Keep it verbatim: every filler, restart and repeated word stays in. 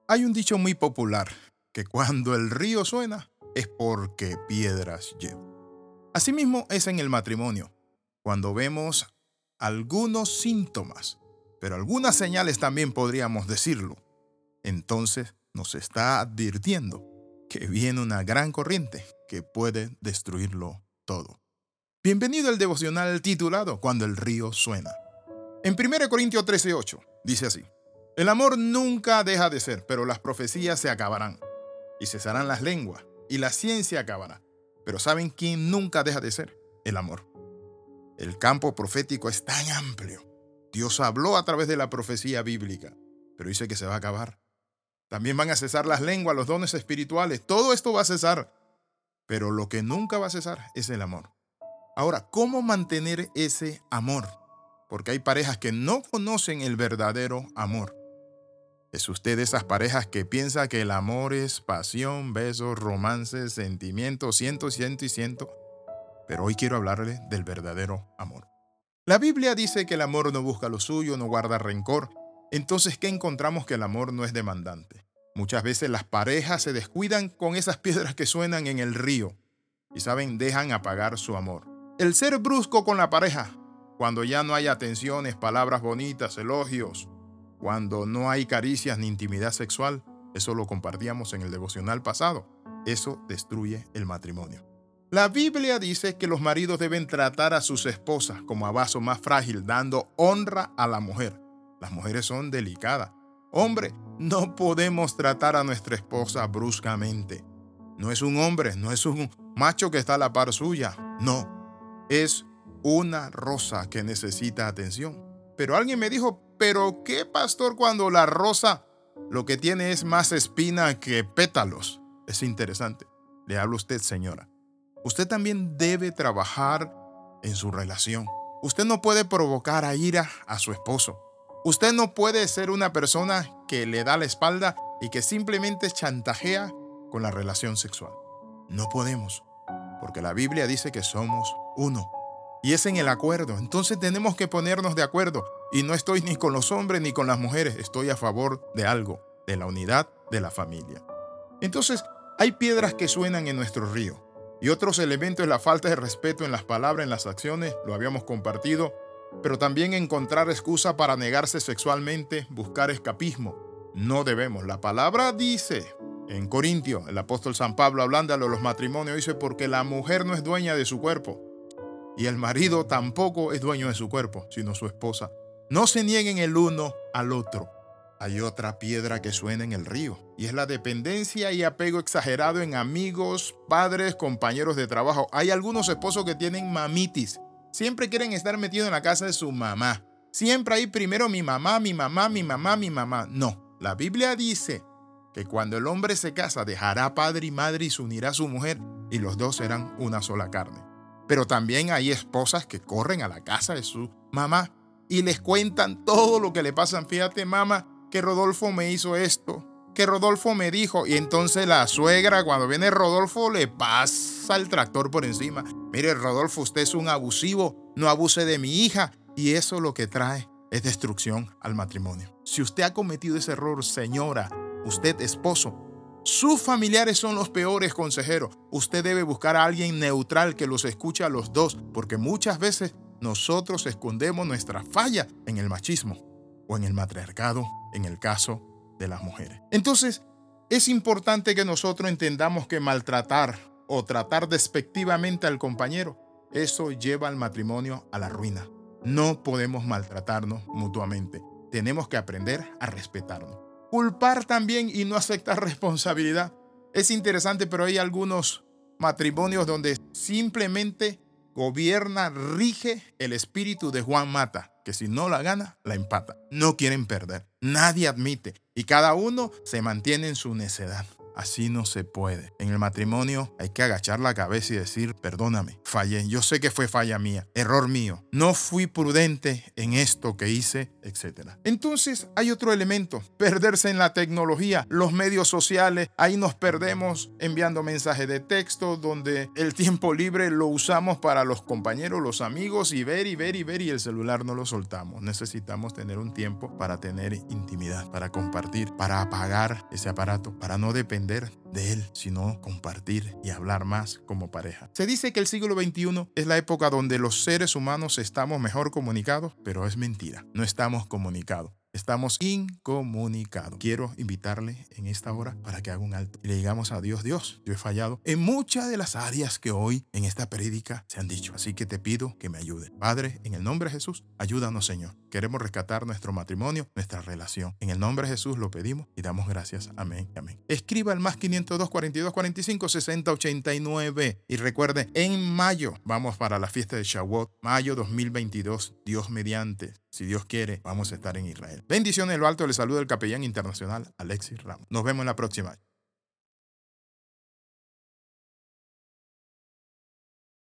Hay un dicho muy popular, que cuando el río suena es porque piedras lleva. Asimismo es en el matrimonio, cuando vemos algunos síntomas, pero algunas señales también podríamos decirlo. Entonces nos está advirtiendo que viene una gran corriente que puede destruirlo todo. Bienvenido al devocional titulado Cuando el río suena. En primera Corintios trece ocho dice así: el amor nunca deja de ser, pero las profecías se acabarán, y cesarán las lenguas, y la ciencia acabará. Pero ¿saben quién nunca deja de ser? El amor. El campo profético es tan amplio. Dios habló a través de la profecía bíblica, pero dice que se va a acabar. También van a cesar las lenguas, los dones espirituales. Todo esto va a cesar, pero lo que nunca va a cesar es el amor. Ahora, ¿cómo mantener ese amor? Porque hay parejas que no conocen el verdadero amor. ¿Es usted de esas parejas que piensa que el amor es pasión, besos, romances, sentimientos, ciento, ciento y ciento? Pero hoy quiero hablarle del verdadero amor. La Biblia dice que el amor no busca lo suyo, no guarda rencor. Entonces, ¿qué encontramos? Que el amor no es demandante. Muchas veces las parejas se descuidan con esas piedras que suenan en el río y, ¿saben?, dejan apagar su amor. El ser brusco con la pareja, cuando ya no hay atenciones, palabras bonitas, elogios, cuando no hay caricias ni intimidad sexual, eso lo compartíamos en el devocional pasado, eso destruye el matrimonio. La Biblia dice que los maridos deben tratar a sus esposas como a vaso más frágil, dando honra a la mujer. Las mujeres son delicadas. Hombre, no podemos tratar a nuestra esposa bruscamente. No es un hombre, no es un macho que está a la par suya. No, es una rosa que necesita atención. Pero alguien me dijo, ¿pero qué, pastor, cuando la rosa lo que tiene es más espina que pétalos? Es interesante. Le hablo a usted, señora. Usted también debe trabajar en su relación. Usted no puede provocar a ira a su esposo. Usted no puede ser una persona que le da la espalda y que simplemente chantajea con la relación sexual. No podemos, porque la Biblia dice que somos uno. Y es en el acuerdo. Entonces tenemos que ponernos de acuerdo. Y no estoy ni con los hombres ni con las mujeres. Estoy a favor de algo, de la unidad de la familia. Entonces, hay piedras que suenan en nuestro río. Y otros elementos es la falta de respeto en las palabras, en las acciones, lo habíamos compartido, pero también encontrar excusa para negarse sexualmente, buscar escapismo. No debemos. La palabra dice en Corintios, el apóstol San Pablo, hablando de los matrimonios, dice: porque la mujer no es dueña de su cuerpo, y el marido tampoco es dueño de su cuerpo, sino su esposa. No se nieguen el uno al otro. Hay otra piedra que suena en el río, y es la dependencia y apego exagerado en amigos, padres, compañeros de trabajo. Hay algunos esposos que tienen mamitis. Siempre quieren estar metidos en la casa de su mamá. Siempre hay primero mi mamá, mi mamá, mi mamá, mi mamá. No, la Biblia dice que cuando el hombre se casa, dejará padre y madre y se unirá a su mujer, y los dos serán una sola carne. Pero también hay esposas que corren a la casa de su mamá y les cuentan todo lo que le pasan. Fíjate, mamá, que Rodolfo me hizo esto, que Rodolfo me dijo. Y entonces la suegra, cuando viene Rodolfo, le pasa el tractor por encima. Mire, Rodolfo, usted es un abusivo, no abuse de mi hija. Y eso lo que trae es destrucción al matrimonio. Si usted ha cometido ese error, señora, usted esposo, sus familiares son los peores consejeros. Usted debe buscar a alguien neutral que los escuche a los dos, porque muchas veces nosotros escondemos nuestra falla en el machismo o en el matriarcado, en el caso de las mujeres. Entonces, es importante que nosotros entendamos que maltratar o tratar despectivamente al compañero, eso lleva al matrimonio a la ruina. No podemos maltratarnos mutuamente. Tenemos que aprender a respetarnos. Culpar también y no aceptar responsabilidad. Es interesante, pero hay algunos matrimonios donde simplemente gobierna, rige el espíritu de Juan Mata, que si no la gana, la empata. No quieren perder. Nadie admite. Y cada uno se mantiene en su necedad. Así no se puede. En el matrimonio hay que agachar la cabeza y decir, perdóname, fallé. Yo sé que fue falla mía, error mío. No fui prudente en esto que hice, etcétera. Entonces hay otro elemento, perderse en la tecnología, los medios sociales. Ahí nos perdemos enviando mensajes de texto donde el tiempo libre lo usamos para los compañeros, los amigos y ver y ver y ver y el celular no lo soltamos. Necesitamos tener un tiempo para tener intimidad, para compartir, para apagar ese aparato, para no depender de él, sino compartir y hablar más como pareja. Se dice que el siglo veintiuno es la época donde los seres humanos estamos mejor comunicados, pero es mentira. No estamos comunicados. Estamos incomunicados. Quiero invitarle en esta hora para que haga un alto y le digamos a Dios, Dios, yo he fallado en muchas de las áreas que hoy en esta prédica se han dicho. Así que te pido que me ayude. Padre, en el nombre de Jesús, ayúdanos, Señor. Queremos rescatar nuestro matrimonio, nuestra relación. En el nombre de Jesús lo pedimos y damos gracias. Amén y amén. Escriba al más quinientos dos, cuarenta y dos, cuarenta y cinco, sesenta, ochenta y nueve. Y recuerde, en mayo vamos para la fiesta de Shavuot, mayo dos mil veintidós, Dios mediante. Si Dios quiere, vamos a estar en Israel. Bendiciones de lo alto, le saluda el capellán internacional Alexis Ramos. Nos vemos en la próxima.